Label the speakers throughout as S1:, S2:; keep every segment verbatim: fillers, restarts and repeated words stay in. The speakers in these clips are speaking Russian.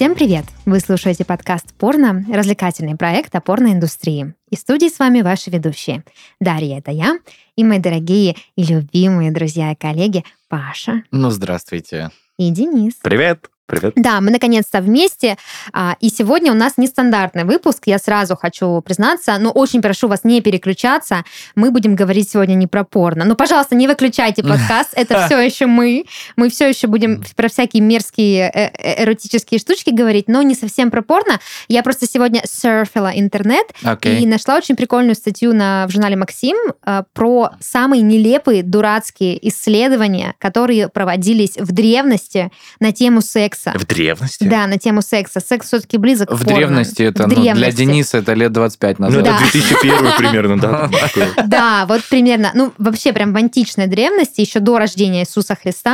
S1: Всем привет! Вы слушаете подкаст «Порно», развлекательный проект о порноиндустрии. И в студии с вами ваши ведущие. Дарья — это я, и мои дорогие и любимые друзья и коллеги Паша.
S2: Ну, здравствуйте.
S1: И Денис.
S3: Привет! Привет.
S1: Да, мы наконец-то вместе, и сегодня у нас нестандартный выпуск, я сразу хочу признаться, но очень прошу вас не переключаться, мы будем говорить сегодня не про порно. Ну, пожалуйста, не выключайте подкаст, это все еще мы, мы все еще будем про всякие мерзкие эротические штучки говорить, но не совсем про порно. Я просто сегодня серфила интернет okay. и нашла очень прикольную статью на, в журнале «Максим» про самые нелепые, дурацкие исследования, которые проводились в древности на тему секса.
S3: В древности?
S1: Да, на тему секса. Секс все-таки близок
S2: в
S1: к порно.
S2: Древности это,
S1: в
S2: ну,
S1: древности.
S2: Для Дениса это лет двадцать пять назад.
S3: Ну, да. Это две тысячи первый примерно, да?
S1: Да, вот примерно. Ну, вообще прям в античной древности, еще до рождения Иисуса Христа.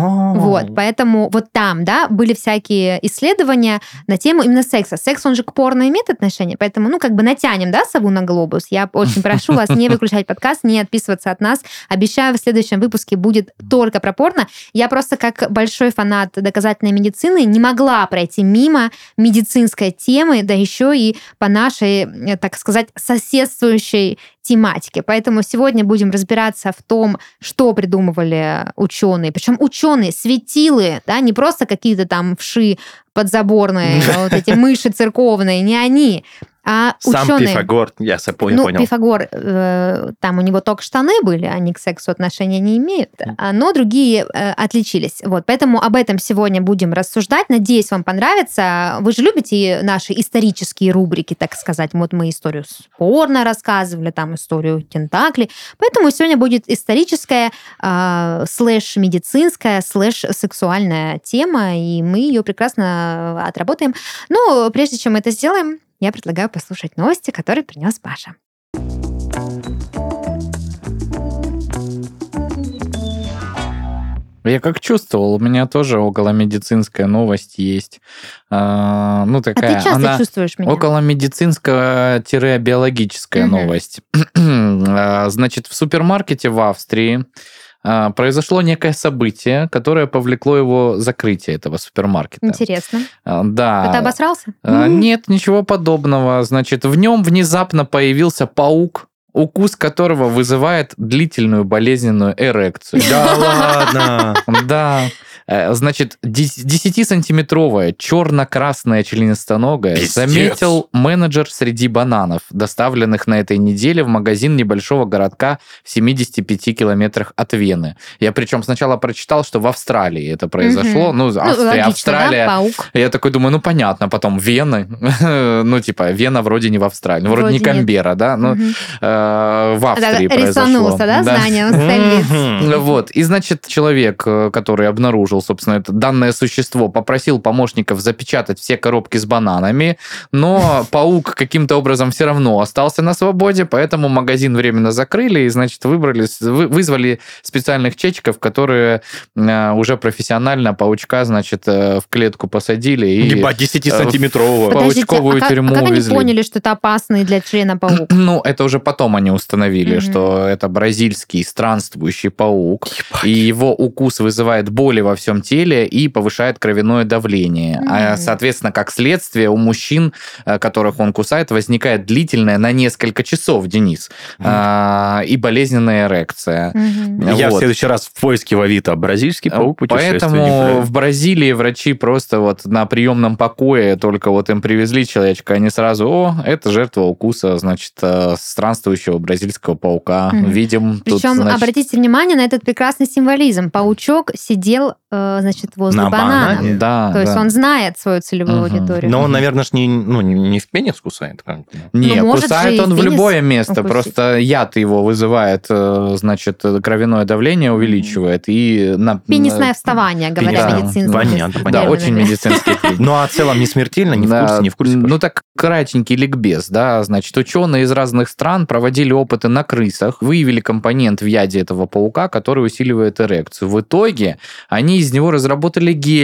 S1: Вот, поэтому вот там, да, были всякие исследования на тему именно секса. Секс, он же к порно имеет отношение, поэтому, ну, как бы натянем, да, сову на глобус. Я очень прошу вас не выключать подкаст, не отписываться от нас. Обещаю, в следующем выпуске будет только про порно. Я просто как большой фанат доказательной медицины не могла пройти мимо медицинской темы, да еще и по нашей, так сказать, соседствующей тематике. Поэтому сегодня будем разбираться в том, что придумывали ученые. Причем ученые, светилы, да, не просто какие-то там вши подзаборные, вот эти мыши церковные, не они, а
S3: Сам
S1: ученые.
S3: Пифагор, я понял.
S1: Ну, Пифагор, э, там у него только штаны были, они к сексу отношения не имеют, mm. но другие э, отличились. Вот, поэтому об этом сегодня будем рассуждать. Надеюсь, вам понравится. Вы же любите наши исторические рубрики, так сказать. Вот мы историю порно рассказывали, там историю тентаклей. Поэтому сегодня будет историческая, э, слэш-медицинская, слэш-сексуальная тема, и мы ее прекрасно отработаем. Но прежде чем мы это сделаем, я предлагаю послушать новости, которые принес Паша.
S2: Я как чувствовал, у меня тоже околомедицинская новость есть. А, ну, такая,
S1: а ты часто
S2: она
S1: чувствуешь меня?
S2: Околомедицинско-биологическая угу. новость. Значит, в супермаркете в Австрии произошло некое событие, которое повлекло его закрытие этого супермаркета.
S1: Интересно.
S2: Да.
S1: Ты обосрался?
S2: Нет, ничего подобного. Значит, в нем внезапно появился паук, укус которого вызывает длительную болезненную эрекцию.
S3: Да ладно?
S2: Да. Значит, десятисантиметровая черно-красная членистоногая
S3: Пиздец.
S2: заметил менеджер среди бананов, доставленных на этой неделе в магазин небольшого городка в семидесяти пяти километрах от Вены. Я причем сначала прочитал, что в Австралии это произошло. Угу. Ну, Австрия, ну, логично, Австралия.
S1: Да, паук.
S2: Я такой думаю, ну, понятно, потом Вены. Ну, типа, Вена вроде не в Австралии. Вроде, вроде не Канберра, да? Ну, угу. э, в Австрии
S1: да,
S2: произошло.
S1: Рисанулся, да,
S2: да?
S1: знанием столиц.
S2: Вот. И, значит, человек, который обнаружил, собственно, это данное существо, попросил помощников запечатать все коробки с бананами, но паук каким-то образом все равно остался на свободе, поэтому магазин временно закрыли и, значит, выбрали, вызвали специальных чечиков, которые уже профессионально паучка, значит, в клетку посадили и
S3: Ебать, десятисантиметрового.
S2: Паучковую
S1: а
S2: тюрьму
S1: как, а как
S2: увезли.
S1: они поняли, что это опасный для члена паук?
S2: Ну, это уже потом они установили, mm-hmm. что это бразильский странствующий паук, Ебать. И его укус вызывает боли во всем теле и повышает кровяное давление. Mm-hmm. А, соответственно, как следствие, у мужчин, которых он кусает, возникает длительная на несколько часов, Денис, mm-hmm. а, и болезненная эрекция.
S1: Mm-hmm.
S3: Я
S2: вот.
S3: в следующий раз в поиске в Авито бразильский паук путешествие.
S2: Поэтому в Бразилии врачи просто вот на приемном покое только вот им привезли человечка, они сразу, о, это жертва укуса, значит, странствующего бразильского паука. Mm-hmm. Видим
S1: Причем,
S2: тут, значит...
S1: обратите внимание на этот прекрасный символизм. Паучок сидел, значит, возле
S3: на
S1: банана.
S3: банане?
S1: Да, То да. есть он знает свою целевую угу. аудиторию.
S3: Но он, наверное, не, ну, не в пенис кусает.
S2: Не, ну, кусает он в любое место. Укусить. Просто яд его вызывает, значит, кровяное давление увеличивает. И на...
S1: Пенисное вставание, говоря
S2: да.
S1: медицинским.
S3: Понятно,
S2: да, очень медицинский.
S3: Ну, а в целом не смертельно, не в курсе, не в курсе.
S2: Ну, так кратенький ликбез, да. Значит, ученые из разных стран проводили опыты на крысах, выявили компонент в яде этого паука, который усиливает эрекцию. В итоге они из него разработали гель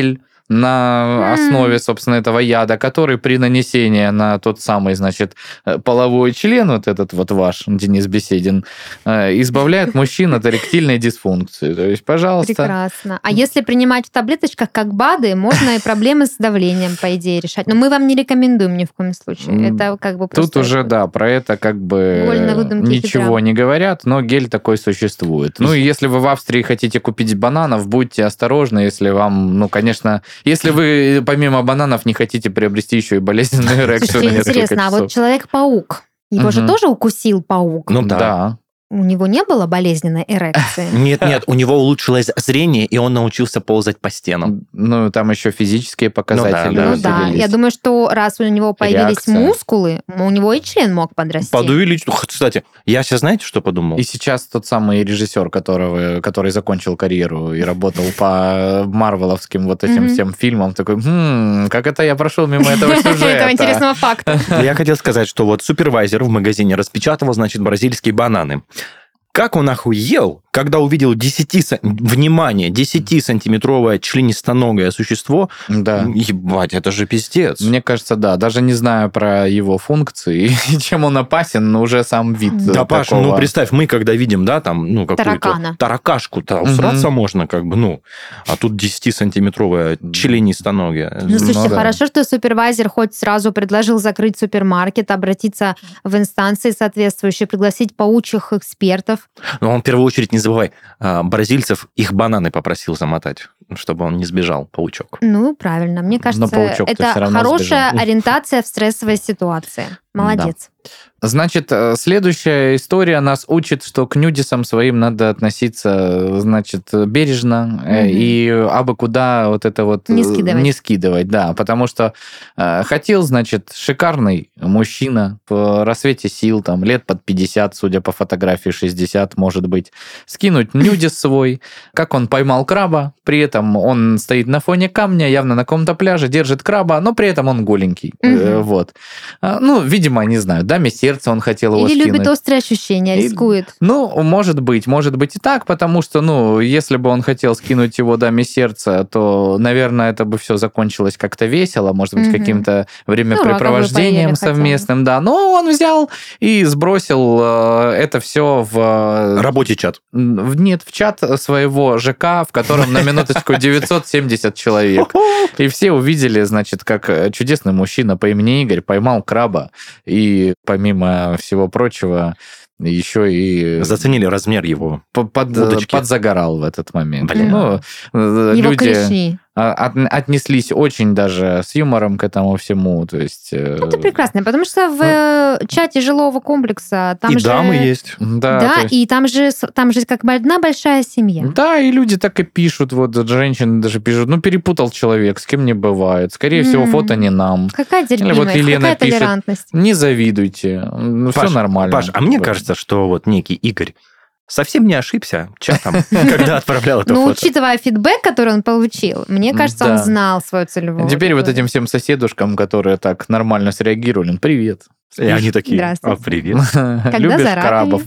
S2: на основе, собственно, этого яда, который при нанесении на тот самый, значит, половой член, вот этот вот ваш, Денис Беседин, избавляет мужчин от эректильной дисфункции. То есть, пожалуйста.
S1: Прекрасно. А если принимать в таблеточках как БАДы, можно и проблемы с давлением, по идее, решать. Но мы вам не рекомендуем ни в коем случае. Это как бы просто...
S2: Тут уже, да, про это как бы ничего не говорят, но гель такой существует. Ну, и если вы в Австрии хотите купить бананов, будьте осторожны, если вам, ну, конечно, если вы помимо бананов не хотите приобрести еще и болезненную эрекцию на несколько
S1: интересно,
S2: часов.
S1: а вот Человек-паук, его угу. же тоже укусил паук?
S3: Ну да.
S2: да.
S1: У него не было болезненной эрекции?
S3: Нет, нет, у него улучшилось зрение, и он научился ползать по стенам.
S2: Ну, там еще физические показатели.
S1: Ну да, я думаю, что раз у него появились мускулы, у него и член мог подрасти.
S3: Подувеличить. Кстати, я сейчас, знаете, что подумал?
S2: И сейчас тот самый режиссер, которого, который закончил карьеру и работал по марвеловским вот этим всем фильмам, такой, как это я прошел мимо этого сюжета?
S1: Этого интересного факта.
S3: Я хотел сказать, что вот супервайзер в магазине распечатывал, значит, бразильские бананы. Как он охуел, когда увидел десяти, внимание, десятисантиметровое членистоногое существо.
S2: Да.
S3: Ебать, это же пиздец.
S2: Мне кажется, да. Даже не знаю про его функции и чем он опасен, но уже сам вид
S3: Да, Паша, ну представь, мы когда видим, да, там, ну, какую-то...
S1: Таракана.
S3: Таракашку-то, усраться угу. можно, как бы, ну, а тут десятисантиметровое членистоногое.
S1: Ну, слушайте,
S2: ну, да.
S1: хорошо, что супервайзер хоть сразу предложил закрыть супермаркет, обратиться в инстанции соответствующие, пригласить паучьих экспертов.
S3: Но он в первую очередь, не забывай, бразильцев их бананы попросил замотать, чтобы он не сбежал, паучок.
S1: Ну, правильно. Мне кажется, это хорошая сбежал. Ориентация в стрессовой ситуации. Молодец.
S2: Да. Значит, следующая история нас учит, что к нюдисам своим надо относиться, значит, бережно mm-hmm. и абы куда вот это вот
S1: не скидывать.
S2: не скидывать, да, потому что э, хотел, значит, шикарный мужчина по рассвете сил, там, лет под пятьдесят, судя по фотографии, шестьдесят, может быть, скинуть нюдис свой, как он поймал краба, при этом он стоит на фоне камня, явно на каком-то пляже, держит краба, но при этом он голенький, mm-hmm. э, вот. Ну, видимо, не знаю, даме сердца он хотел его
S1: Или
S2: скинуть.
S1: любит острые ощущения, и, рискует.
S2: Ну, может быть, может быть и так, потому что, ну, если бы он хотел скинуть его даме сердца, то, наверное, это бы все закончилось как-то весело, может быть, mm-hmm. каким-то времяпрепровождением ну, совместным, да. Но он взял и сбросил э, это все в...
S3: Рабочий чат.
S2: В, нет, в чат своего ЖК, в котором на минуточку девятьсот семьдесят человек. И все увидели, значит, как чудесный мужчина по имени Игорь поймал краба и помимо всего прочего, еще и...
S3: Заценили размер его
S2: под, подзагорал в этот момент.
S1: Блин.
S2: Ну,
S1: его
S2: люди
S1: клешни.
S2: От, отнеслись очень даже с юмором к этому всему. То есть...
S1: Это прекрасно, потому что в ну, чате жилого комплекса там
S3: и
S1: же...
S3: дамы есть.
S2: Да,
S1: да
S2: есть...
S1: и там же, там же как бы одна большая семья.
S2: Да, и люди так и пишут, вот женщины даже пишут, ну, перепутал человек, с кем не бывает. Скорее mm. всего, фото не нам.
S1: Какая терпимость,
S2: вот Елена
S1: какая
S2: пишет,
S1: толерантность.
S2: Не завидуйте, ну,
S3: Паш,
S2: все нормально.
S3: Паш, а мне кажется, что вот некий Игорь совсем не ошибся чатом, когда отправлял это фото.
S1: Ну, учитывая фидбэк, который он получил, мне кажется, он знал свою целевую.
S2: Теперь вот этим всем соседушкам, которые так нормально среагировали, привет.
S3: И они такие, а, привет.
S2: Любишь крабов.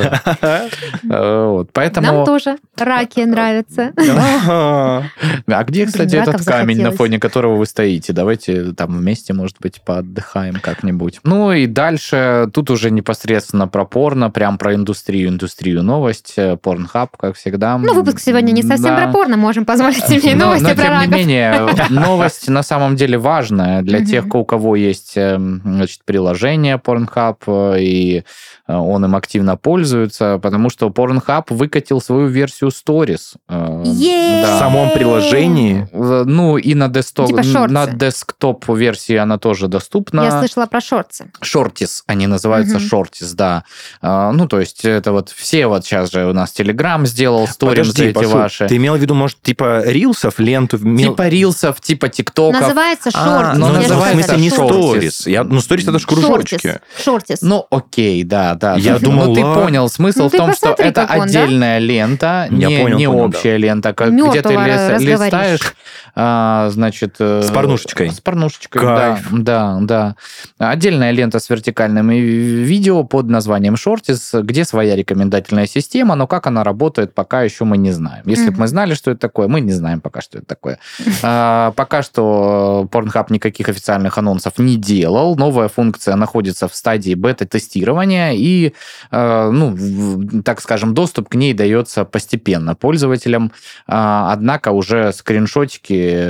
S1: Нам тоже раки нравятся.
S2: А где, кстати, этот камень, на фоне которого вы стоите? Давайте там вместе, может быть, поотдыхаем как-нибудь. Ну и дальше тут уже непосредственно про порно, прям про индустрию, индустрию новость, Pornhub, как всегда.
S1: Ну, выпуск сегодня не совсем про порно, можем позволить себе новости про раков.
S2: Но, тем не менее, новость на самом деле важная для тех, у кого есть, значит, приложение Pornhub, и он им активно пользуется, потому что Pornhub выкатил свою версию Stories.
S1: Да.
S3: В самом приложении?
S2: Ну, и на десктоп,
S1: типа
S2: на десктоп-версии она тоже доступна.
S1: Я слышала про шортсы.
S2: Шортис, они называются шортис, угу. да. Ну, то есть это вот все вот сейчас же у нас Telegram сделал, сторис эти
S3: Пашу,
S2: ваши.
S3: Ты имел в виду, может, типа рилсов, ленту?
S2: Типа рилсов, типа тиктоков.
S1: Называется шортис.
S2: А,
S3: но
S2: называется
S3: в смысле не сторис. Я, ну, сторис это же кружочек. шортики.
S1: Шортис.
S2: Ну, окей, да, да.
S3: Я
S2: да.
S3: думал,
S2: ну, ты
S3: ла...
S2: понял. Смысл
S1: ну,
S2: в том, что это
S1: он,
S2: отдельная
S1: да?
S2: лента,
S3: Я
S2: не,
S3: понял,
S2: не
S3: понял,
S2: общая
S3: да.
S2: лента, как, где ты лис, листаешь, а, значит...
S3: С порнушечкой.
S2: С порнушечкой,
S3: Кайф.
S2: да, да, да. Отдельная лента с вертикальными видео под названием Шортис, где своя рекомендательная система, но как она работает, пока еще мы не знаем. Если mm-hmm. бы мы знали, что это такое, мы не знаем пока, что это такое. А, пока что Pornhub никаких официальных анонсов не делал. Новая функция находится в стадии бета-тестирования, и, а, ну, так скажем, доступ к ней дается постепенно пользователям. А, однако уже скриншотики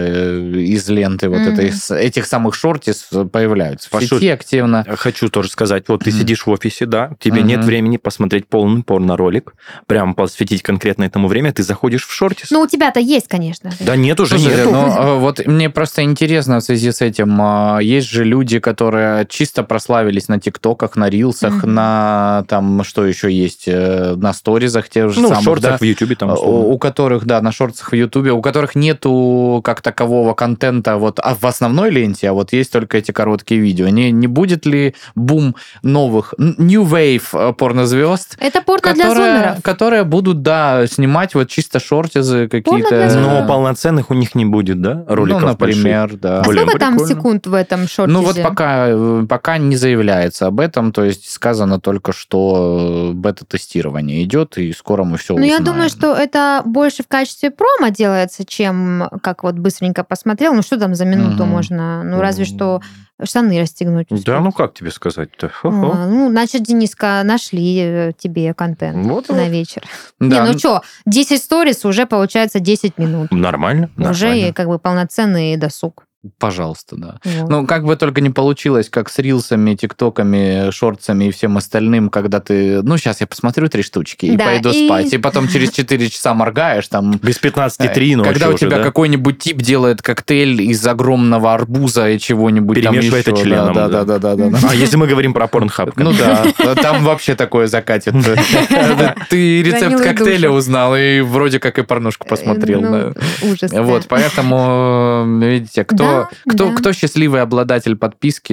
S2: из ленты mm-hmm. вот этой, этих самых Шортис появляются в
S3: Пашу,
S2: сети активно.
S3: Хочу тоже сказать, вот ты mm-hmm. сидишь в офисе, да, тебе mm-hmm. нет времени посмотреть полный порно-ролик, прям посвятить конкретно этому время, ты заходишь в Шортис.
S1: Ну, у тебя-то есть, конечно.
S3: Да нет, уже
S2: Слушай,
S3: нету.
S2: Ну, вот мне просто интересно в связи с этим, есть же люди, которые чисто прославились на ТикТоках, на Рилсах, mm-hmm. на там, что еще есть, на сторизах тех же
S3: ну,
S2: самых.
S3: Ну, в шортах
S2: да,
S3: в Ютубе там.
S2: У, у которых, да, на шортах в Ютубе, у которых нету как такового контента вот а в основной ленте, а вот есть только эти короткие видео. Не, не будет ли бум новых New Wave порнозвезд?
S1: Это порно
S2: которые,
S1: для зумеров.
S2: Которые будут, да, снимать вот чисто шортизы какие-то.
S3: Но полноценных у них не будет, да, роликов
S2: ну, например,
S3: больших?
S2: да.
S1: А
S3: Блин,
S1: сколько
S3: прикольно.
S1: там секунд в этом шортизе?
S2: Ну вот пока, пока не заявляется об этом, то есть сказано только, что бета-тестирование идет, и скоро мы все
S1: Ну,
S2: узнаем.
S1: я думаю, что это больше в качестве промо делается, чем как вот быстренько посмотрел. Ну, что там за минуту угу. можно? Ну, разве что штаны расстегнуть. Успеть.
S3: Да, ну как тебе сказать-то?
S1: А, ну, значит, Дениска, нашли тебе контент вот на вот. вечер.
S2: Да.
S1: Не, ну что, десять сторис уже получается десять минут.
S3: Нормально.
S1: Уже
S3: нормально.
S1: как бы полноценный досуг.
S2: Пожалуйста, да.
S1: Вот.
S2: Ну, как бы только не получилось, как с рилсами, тиктоками, шортсами и всем остальным, когда ты, ну, сейчас я посмотрю три штучки и да, пойду и... спать, и потом через четыре часа моргаешь там.
S3: Без пятнадцати три ночи
S2: Когда у тебя
S3: уже, да?
S2: какой-нибудь тип делает коктейль из огромного арбуза и чего-нибудь там еще.
S3: Перемешивает это членом.
S2: Да, да, да, да, да, да.
S3: А если мы говорим про Pornhub?
S2: Ну да, там вообще такое закатит. Ты рецепт коктейля узнал и вроде как и порнушку посмотрел.
S1: Ужас.
S2: Вот, поэтому, видите, кто Кто, да. кто счастливый обладатель подписки,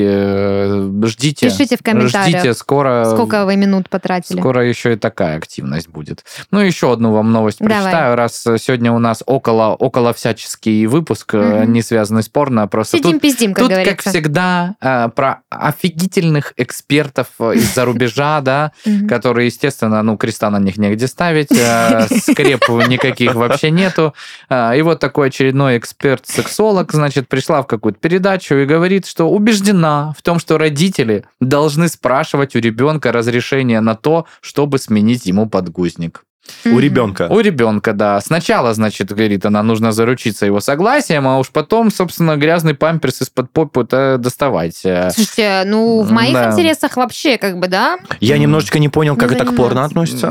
S2: ждите.
S1: Пишите в комментариях,
S2: ждите, скоро,
S1: сколько вы минут потратили.
S2: Скоро еще и такая активность будет. Ну, еще одну вам новость
S1: Давай.
S2: прочитаю, раз сегодня у нас около, около всяческий выпуск, угу. не связанный с порно. Просто
S1: Сидим,
S2: тут,
S1: пиздим, как
S2: тут,
S1: говорится.
S2: как всегда, про офигительных экспертов из-за рубежа, да, которые, естественно, ну, креста на них негде ставить, скреп никаких вообще нету. И вот такой очередной эксперт-сексолог, значит, пришла в какую-то передачу и говорит, что убеждена в том, что родители должны спрашивать у ребенка разрешение на то, чтобы сменить ему подгузник.
S3: У ребенка.
S2: У ребенка, да. Сначала, значит, говорит, она нужно заручиться его согласием, а уж потом, собственно, грязный памперс из-под попы-то доставать.
S1: Слушайте, ну, в моих да. интересах вообще, как бы, да?
S3: Я немножечко не понял, как это к порно относится.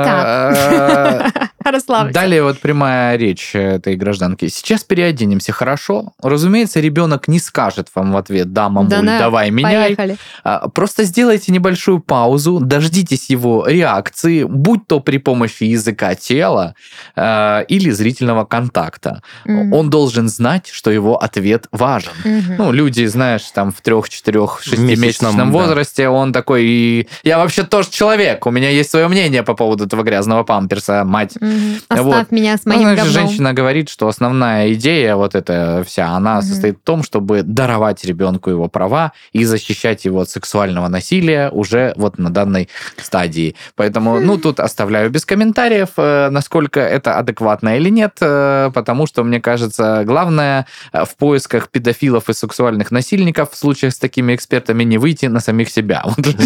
S1: Никак. Расслабься.
S2: Далее вот прямая речь этой гражданки. Сейчас переоденемся, хорошо? Разумеется, ребенок не скажет вам в ответ, да, мамуль,
S1: да, да.
S2: давай, меняй.
S1: Поехали.
S2: Просто сделайте небольшую паузу, дождитесь его реакции, будь то при помощи языка тела э, или зрительного контакта. Mm-hmm. Он должен знать, что его ответ важен. Mm-hmm. Ну, люди, знаешь, там в трех, четырех, шестимесячном возрасте, да. он такой, и я вообще тоже человек, у меня есть свое мнение по поводу этого грязного памперса, мать.
S1: Mm-hmm. Оставь
S2: вот.
S1: меня с моим
S2: ну, значит,
S1: говном.
S2: Женщина говорит, что основная идея вот эта вся, она mm-hmm. состоит в том, чтобы даровать ребенку его права и защищать его от сексуального насилия уже вот на данной стадии. Поэтому, mm-hmm. ну, тут оставляю без комментариев, насколько это адекватно или нет, потому что, мне кажется, главное в поисках педофилов и сексуальных насильников в случаях с такими экспертами не выйти на самих себя.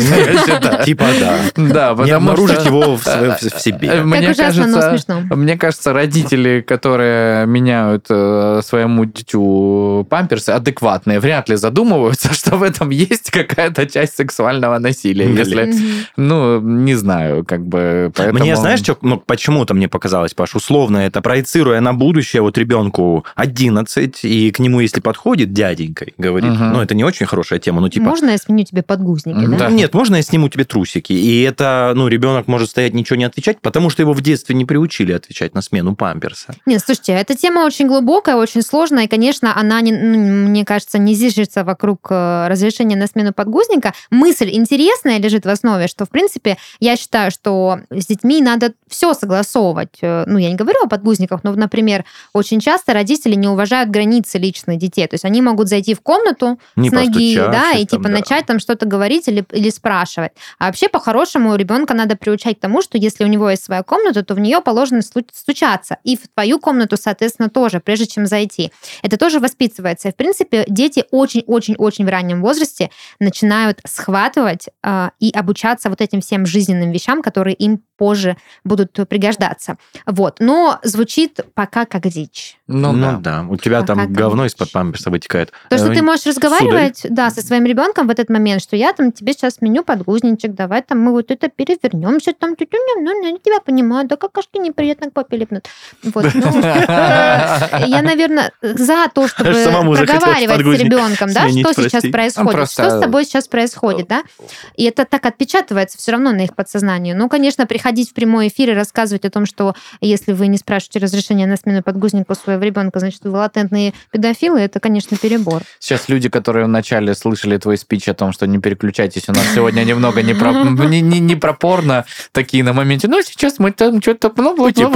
S3: Типа да. Не обнаружить его в себе.
S2: Мне кажется, мне кажется, родители, которые меняют своему дитю памперсы, адекватные, вряд ли задумываются, что в этом есть какая-то часть сексуального насилия. Если, ну, не знаю, как бы...
S3: Мне, знаешь, что, ну, почему-то мне показалось, Паш, условно это, проецируя на будущее, вот ребенку одиннадцать, и к нему, если подходит дяденька и говорит, угу. ну, это не очень хорошая тема, ну, типа...
S1: Можно я сменю тебе подгузники, да?
S3: да? Нет, можно я сниму тебе трусики, и это, ну, ребенок может стоять, ничего не отвечать, потому что его в детстве не приучили научили отвечать на смену памперса.
S1: Нет, слушайте, эта тема очень глубокая, очень сложная, и, конечно, она, не, ну, мне кажется, не зиждется вокруг разрешения на смену подгузника. Мысль интересная лежит в основе, что, в принципе, я считаю, что с детьми надо все согласовывать. Ну, я не говорю о подгузниках, но, например, очень часто родители не уважают границы личных детей. То есть они могут зайти в комнату
S3: не
S1: с ноги, да, и
S3: там,
S1: типа
S3: да.
S1: начать там что-то говорить или, или спрашивать. А вообще, по-хорошему, ребенка надо приучать к тому, что если у него есть своя комната, то в нее положено стучаться. И в твою комнату, соответственно, тоже, прежде чем зайти. Это тоже воспитывается. И, в принципе, дети очень-очень-очень в раннем возрасте начинают схватывать э, и обучаться вот этим всем жизненным вещам, которые им позже будут пригождаться. Вот. Но звучит пока как дичь.
S3: Ну, ну да. да. У тебя
S1: пока
S3: там говно из-под памперса вытекает.
S1: То, что ты можешь разговаривать, да, со своим ребенком в этот момент, что я там тебе сейчас сменю подгузничек, давай там мы вот это перевернемся, там, ну, я тебя понимаю, да какашки неприятно к папе липнут. Вот, ну, я, наверное, за то, чтобы проговаривать с ребенком, да, что сейчас происходит, что с тобой сейчас происходит, да, и это так отпечатывается все равно на их подсознании. Ну, конечно, приходить в прямой эфир и рассказывать о том, что если вы не спрашиваете разрешения на смену подгузника у своего ребенка, значит, вы латентные педофилы, это, конечно, перебор.
S2: Сейчас люди, которые вначале слышали твой спич о том, что не переключайтесь, у нас сегодня немного не про, не, не, не про порно, такие на моменте, ну, сейчас мы там что-то... Ну,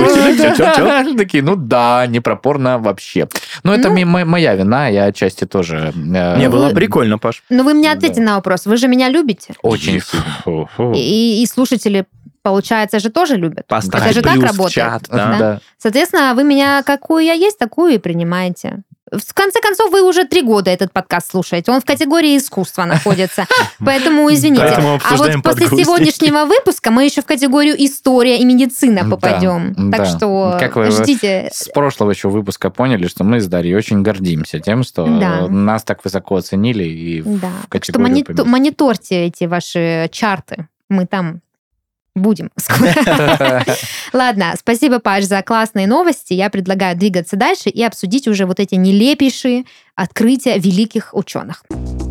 S2: такие, ну да, не про порно вообще. Но это моя вина, я отчасти тоже...
S3: Не, было прикольно, Паш.
S1: Но вы мне ответьте на вопрос, вы же меня любите?
S2: Очень.
S1: И, и слушатели, получается, же тоже любят.
S3: Поставь
S1: это же так
S3: плюс в
S1: работает.
S3: чат,
S1: Да?
S3: да.
S1: Да. Соответственно, вы меня какую я есть, такую и принимаете. В конце концов, вы уже три года этот подкаст слушаете. Он в категории искусства находится. Поэтому, извините.
S3: Поэтому
S1: а вот после
S3: подгузники.
S1: сегодняшнего выпуска мы еще в категорию история и медицина попадем.
S2: Да,
S1: так
S2: да.
S1: что
S2: как вы
S1: ждите.
S2: С прошлого еще выпуска поняли, что мы с Дарьей очень гордимся тем, что
S1: Да.
S2: нас так высоко оценили и
S1: Да.
S2: в
S1: Так что
S2: категорию
S1: монит-
S2: поместили.
S1: мониторьте эти ваши чарты. Мы там будем скоро. Ладно, спасибо, Паш, за классные новости. Я предлагаю двигаться дальше и обсудить уже вот эти нелепейшие открытия великих ученых.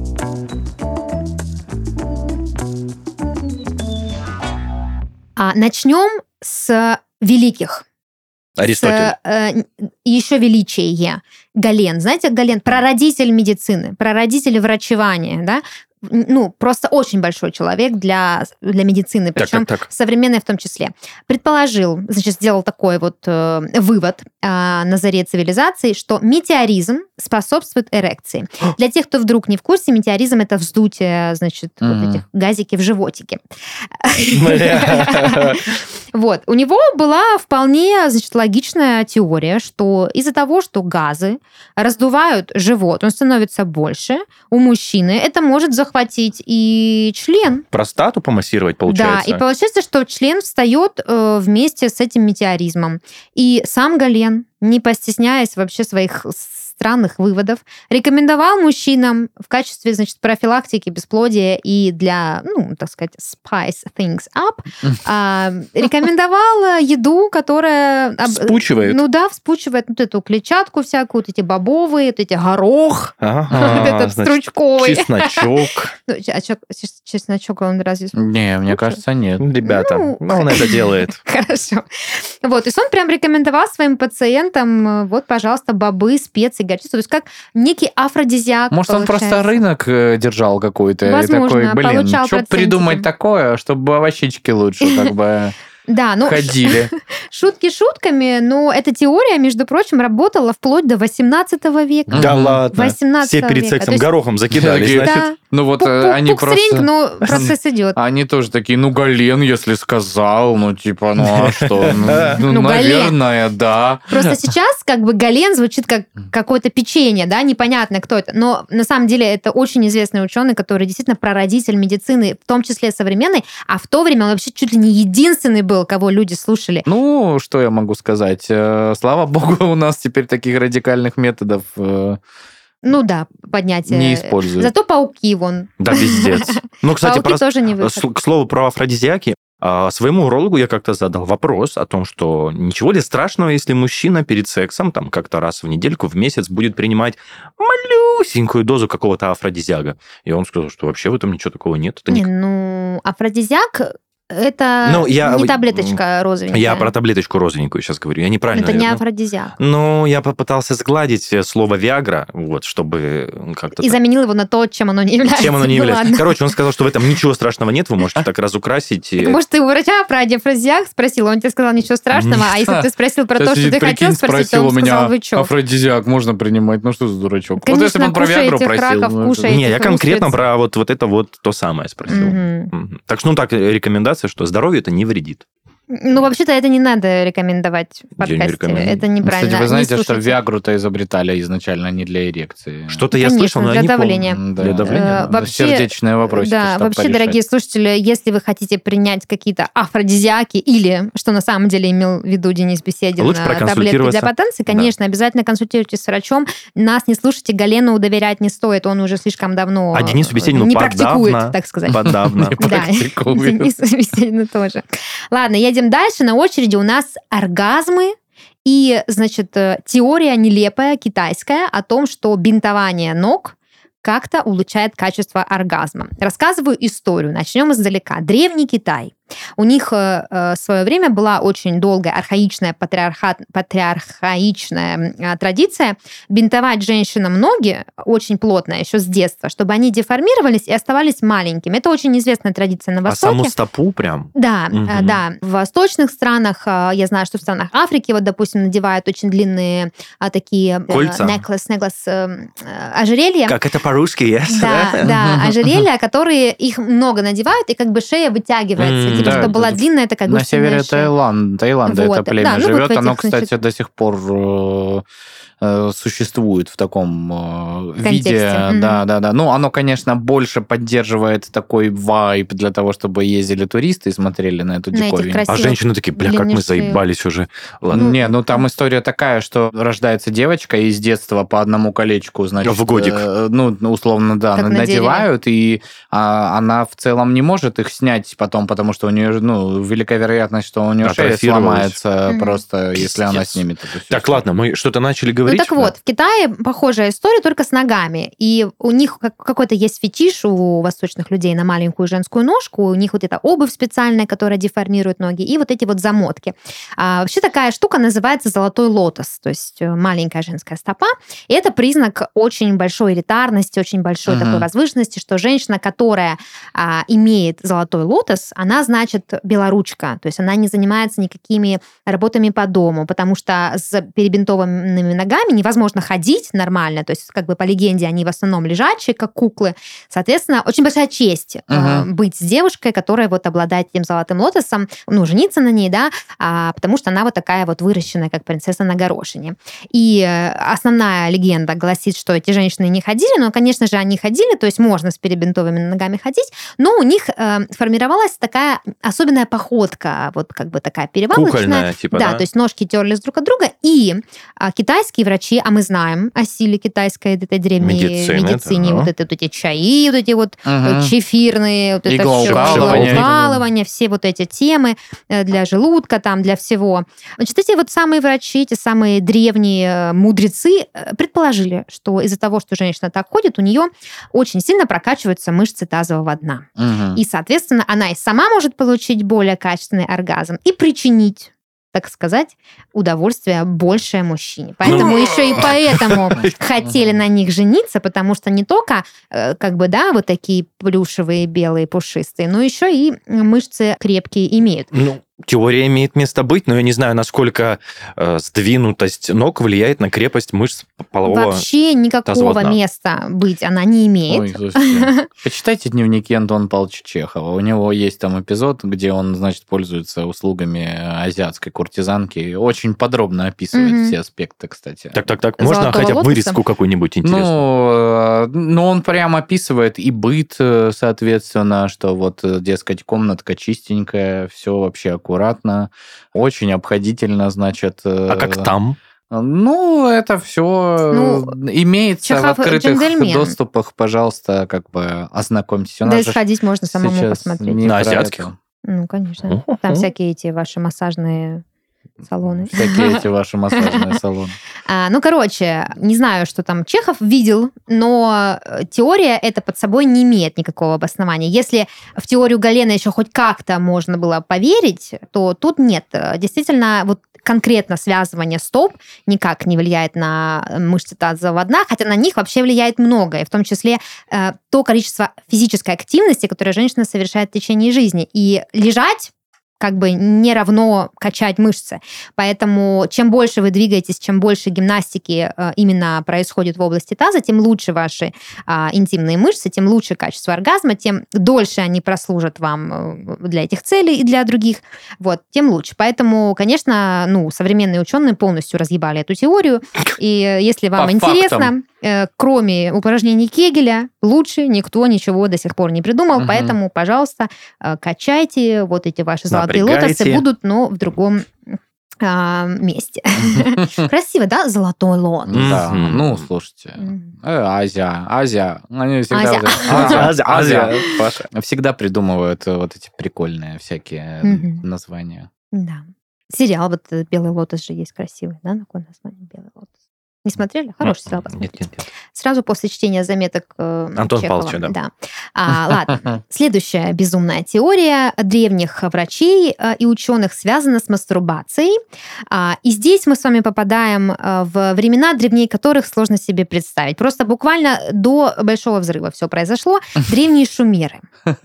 S1: А начнем с великих.
S3: Аристотель.
S1: С, э, еще величие. Гален. Знаете, Гален? Прародитель медицины, прародитель врачевания, да? Ну, просто очень большой человек для, для медицины, причем
S3: так, так.
S1: современной в том числе. Предположил, значит, сделал такой вот э, вывод э, на заре цивилизации, что метеоризм способствует эрекции. Для тех, кто вдруг не в курсе, метеоризм – это вздутие, значит,
S2: Mm-hmm.
S1: вот этих газики в животике. Вот. У него была вполне, значит, логичная теория, что из-за того, что газы раздувают живот, он становится больше, у мужчины это может захватить и член.
S3: Простату помассировать, получается?
S1: Да, и получается, что член встает э, вместе с этим метеоризмом. И сам Гален, не постесняясь вообще своих странных выводов, рекомендовал мужчинам в качестве, значит, профилактики бесплодия и для, ну, так сказать, spice things up, а, рекомендовал еду, которая...
S3: Вспучивает?
S1: Ну да, вспучивает вот эту клетчатку всякую, вот эти бобовые, вот эти горох,
S3: Ага,
S1: вот этот
S3: значит,
S1: стручковый.
S3: чесночок.
S1: Ну, а чё, чесночок, он разве...
S2: Не, мне кажется, нет.
S3: Ребята,
S1: Ну,
S3: ну, он это делает.
S1: Хорошо. Вот, и он прям рекомендовал своим пациентам, вот, пожалуйста, бобы, специи, горчицу, то есть как некий афродизиак.
S2: Может, он
S1: получается.
S2: просто рынок э, держал какой-то.
S1: Возможно,
S2: и такой, блин,
S1: получал
S2: что
S1: процентики.
S2: придумать такое, чтобы овощички лучше как бы
S1: Да, ну,
S2: ходили.
S1: шутки шутками, но эта теория, между прочим, работала вплоть до восемнадцатого века.
S3: Да ладно.
S1: восемнадцатого
S3: Все перед
S1: века.
S3: сексом
S1: То есть-
S3: горохом закидались,
S2: Да,
S3: значит.
S1: Да.
S2: Ну вот э,
S1: Пук-пук,
S2: они
S1: пук-стринг,
S2: просто...
S1: но процесс идет.
S2: Они тоже такие, ну, Гален, если сказал, ну, типа, ну, а что? Ну,
S1: Ну, Гален.
S2: наверное, да.
S1: Просто сейчас как бы Гален звучит как какое-то печенье, да, непонятно, кто это. Но на самом деле это очень известный ученый, который действительно прародитель медицины, в том числе современной, а в то время он вообще чуть ли не единственный был, кого люди слушали.
S2: Ну, что я могу сказать? Э, Слава богу, у нас теперь таких радикальных методов э,
S1: Ну да, поднятие.
S2: не используют.
S1: Зато пауки вон.
S3: Да, пиздец. Ну, кстати,
S1: Пауки
S3: про-
S1: тоже не
S3: с-
S1: выход.
S3: к слову про афродизиаки, а, своему урологу я как-то задал вопрос о том, что ничего ли страшного, если мужчина перед сексом, там, как-то раз в недельку, в месяц будет принимать малюсенькую дозу какого-то афродизиага. И он сказал, что вообще в этом ничего такого нет. Это
S1: Не,
S3: не-
S1: ну, афродизиак Это
S3: ну, я,
S1: не таблеточка розовенькая.
S3: Я про таблеточку розовенькую сейчас говорю. Я неправильно,
S1: Это
S3: наверное.
S1: не афродизиак.
S3: Ну, я попытался сгладить слово «виагра», вот, чтобы как-то...
S1: И так... заменил его на то, чем оно не является.
S3: Чем оно не
S1: ну,
S3: является.
S1: Ладно.
S3: Короче, он сказал, что в этом ничего страшного нет, вы можете так разукрасить.
S1: Так, может, ты у врача про афродизиак спросил, он тебе сказал ничего страшного, а если ты спросил про то, что ты хотел спросить, то он сказал, вы что?
S2: Афродизиак можно принимать, ну что за дурачок?
S1: Конечно,
S2: вот если бы он про Виагру просил.
S3: Не, я конкретно про вот, вот это вот то самое спросил. Угу. Так что, ну так, рекомендация, что здоровью это не вредит.
S1: Ну, вообще-то это не надо рекомендовать в подкасте. Не это неправильно.
S2: Кстати, вы знаете, что Виагру-то изобретали изначально не для эрекции?
S3: Что-то я слышал, но
S1: для
S3: я не
S1: давления.
S3: помню.
S2: Да.
S3: Для давления.
S2: Э, вообще, сердечные вопросы.
S1: Да, вообще, порешать. Дорогие слушатели, если вы хотите принять какие-то афродизиаки или, что на самом деле имел в виду Денис Беседин, таблетки для потенции, конечно, да. обязательно консультируйтесь с врачом. Нас не слушайте, Галену доверять не стоит, он уже слишком давно
S3: а Денису Беседину
S1: не
S3: подавно,
S1: практикует, так сказать.
S3: Подавно.
S1: Да, Денису Беседину тоже. Ладно, едем дальше. На очереди у нас оргазмы и, значит, теория нелепая, китайская, о том, что бинтование ног как-то улучшает качество оргазма. Рассказываю историю. Начнем издалека. Древний Китай. У них э, в свое время была очень долгая архаичная, патриархат, патриархаичная э, традиция бинтовать женщинам ноги очень плотно еще с детства, чтобы они деформировались и оставались маленькими. Это очень известная традиция на Востоке.
S3: А саму стопу прям?
S1: Да,
S3: угу.
S1: э, да. В восточных странах, э, я знаю, что в странах Африки, вот, допустим, надевают очень длинные э, такие...
S3: Кольца?
S1: Necklace, necklace, э, э, ожерелья.
S3: Как это по-русски, yes?
S1: Да, да, ожерелья, которые их много надевают, и как бы шея вытягивается. Типа,
S2: да,
S1: что была длинная такая
S2: на севере Таиланд, Таиланда вот. Это племя да, живет. Ну, вот этих, оно, кстати, значит... до сих пор э, э, существует в таком э, виде. Mm-hmm. Да, да, да. Ну, оно, конечно, больше поддерживает такой вайб для того, чтобы ездили туристы и смотрели на эту диковинку.
S3: А женщины такие, бля, как мы заебались уже.
S2: Ладно. Не, ну там история такая, что рождается девочка, и с детства по одному колечку, значит...
S3: В годик.
S2: Э, ну, условно, да, как надевают, и а, она в целом не может их снять потом, потому что у нее, ну, велика вероятность, что у нее шея сломается mm-hmm. просто, Пиздец. Если она снимет эту всю
S3: Так,
S2: штуку.
S3: Ладно, мы что-то начали говорить.
S1: Ну, так вот, в Китае похожая история, только с ногами. И у них какой-то есть фетиш у восточных людей на маленькую женскую ножку. У них вот эта обувь специальная, которая деформирует ноги, и вот эти вот замотки. А, вообще такая штука называется золотой лотос, то есть маленькая женская стопа. И это признак очень большой элитарности, очень большой uh-huh. такой возвышенности, что женщина, которая а, имеет золотой лотос, она, значит, белоручка, то есть она не занимается никакими работами по дому, потому что с перебинтованными ногами невозможно ходить нормально, то есть как бы по легенде они в основном лежачие, как куклы. Соответственно, очень большая честь uh-huh. быть с девушкой, которая вот обладает этим золотым лотосом, ну, жениться на ней, да, а, потому что она вот такая вот выращенная, как принцесса на горошине. И основная легенда гласит, что эти женщины не ходили, но, конечно же, они ходили, то есть можно с перебинтованными ногами ходить, но у них э, формировалась такая особенная походка, вот как бы такая перевалочная.
S3: Кукольная, типа,
S1: да? Да, то есть ножки терлись друг от друга, и а, китайские врачи, а мы знаем о силе китайской этой древней медицины, медицине, да. вот, это, вот эти чаи, вот эти вот угу. чефирные, вот это все, иглоукалывание, все вот эти темы для желудка, там, для всего. Значит, эти вот самые врачи, эти самые древние мудрецы предположили, что из-за того, что женщина так ходит, у нее очень сильно прокачиваются мышцы тазового дна. Угу. И, соответственно, она и сама может получить более качественный оргазм и причинить, так сказать, удовольствие большее мужчине. Поэтому ну... еще и поэтому хотели на них жениться, потому что не только, как бы, да, вот такие плюшевые, белые, пушистые, но еще и мышцы крепкие имеют.
S3: Ну, теория имеет место быть, но я не знаю, насколько э, сдвинутость ног влияет на крепость мышц полового
S1: Вообще никакого места быть она не имеет.
S2: Ой, слушайте, почитайте дневники Антона Павловича Чехова. У него есть там эпизод, где он, значит, пользуется услугами азиатской куртизанки. Очень подробно описывает mm-hmm. все аспекты, кстати.
S3: Так-так-так, можно Золотого хотя бы вырезку какую-нибудь интересную?
S2: Ну, ну, он прям описывает и быт, соответственно, что вот, дескать, комнатка чистенькая, все вообще аккуратно, очень обходительно, значит.
S3: А как там?
S2: Ну, это все ну, имеется Чехов в открытых джентльмен. Доступах, пожалуйста, как бы ознакомьтесь. У
S1: да и сходить можно самому посмотреть.
S3: На азиатских?
S1: Ну, конечно. Uh-huh. Там всякие эти ваши массажные салоны.
S2: Всякие эти ваши массажные салоны.
S1: А, ну, короче, не знаю, что там Чехов видел, но теория эта под собой не имеет никакого обоснования. Если в теорию Галена еще хоть как-то можно было поверить, то тут нет. Действительно, вот конкретно связывание стоп никак не влияет на мышцы тазового дна, хотя на них вообще влияет многое, в том числе э, то количество физической активности, которое женщина совершает в течение жизни. И лежать как бы не равно качать мышцы. Поэтому чем больше вы двигаетесь, чем больше гимнастики э, именно происходит в области таза, тем лучше ваши э, интимные мышцы, тем лучше качество оргазма, тем дольше они прослужат вам для этих целей и для других, вот, тем лучше. Поэтому, конечно, ну, современные ученые полностью разъебали эту теорию, и если вам
S2: По
S1: интересно,
S2: фактам.
S1: э, кроме упражнений Кегеля, лучше никто ничего до сих пор не придумал,
S2: Мгм.
S1: поэтому, пожалуйста, э, качайте вот эти ваши золотые
S3: Напрягайте.
S1: лотосы будут, но в другом а, месте. Красиво, да? Золотой лотос.
S2: Да,
S3: Мгм.
S2: ну, слушайте.
S1: Мгм.
S2: Э, Азия, Азия. Они всегда...
S1: Азия.
S2: вот это-
S3: Азия, Азия,
S2: Азия.
S3: Азия. Паша.
S2: Всегда придумывают э, вот эти прикольные всякие
S1: Мгм.
S2: названия.
S1: Да. Сериал вот э, «Белый лотос» же есть красивый, да? Какое название «Белый лотос»? Не смотрели? Хороший сериал,
S3: Нет,
S1: посмотрите.
S3: нет, нет.
S1: Сразу после чтения заметок э,
S3: Антон
S1: Чехова.
S3: Павловича, да.
S1: А, ладно. Следующая безумная теория древних врачей э, и ученых связана с мастурбацией. А, и здесь мы с вами попадаем э, в времена, древней которых сложно себе представить. Просто буквально до Большого взрыва все произошло. Древние шумеры.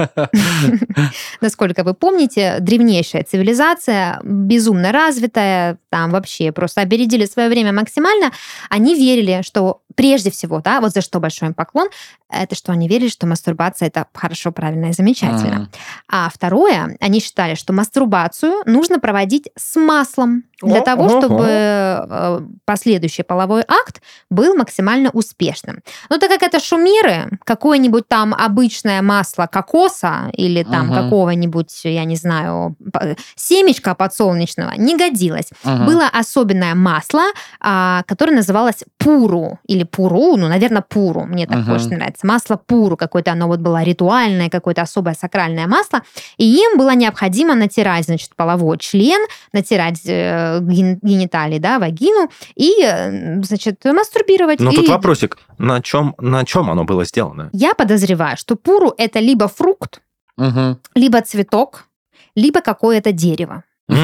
S1: Насколько вы помните, древнейшая цивилизация, безумно развитая, там вообще просто опередили свое время максимально. Они верили, что прежде всего, да, вот за что большой им поклон, это что они верили, что мастурбация это хорошо, правильно и замечательно.
S2: Мгм.
S1: А второе, они считали, что мастурбацию нужно проводить с маслом для
S3: О,
S1: того,
S3: ого.
S1: чтобы э, последующий половой акт был максимально успешным. Но так как это шумеры, какое-нибудь там обычное масло кокоса или там
S2: Мгм.
S1: какого-нибудь, я не знаю, п- семечка подсолнечного не годилось.
S2: Мгм.
S1: Было особенное масло, а, которое называлось пуру или пуру, ну, наверное, пуру, мне так
S2: Мгм.
S1: больше нравится. Масло пуру, какое-то оно вот было ритуальное, какое-то особое сакральное масло, и им было необходимо натирать, значит, половой член, натирать э, ген- гениталии, да, вагину, и, э, значит, мастурбировать.
S3: Ну,
S1: И
S3: тут вопросик. На чем, на чем оно было сделано?
S1: Я подозреваю, что пуру это либо фрукт,
S2: Мгм.
S1: либо цветок, либо какое-то дерево.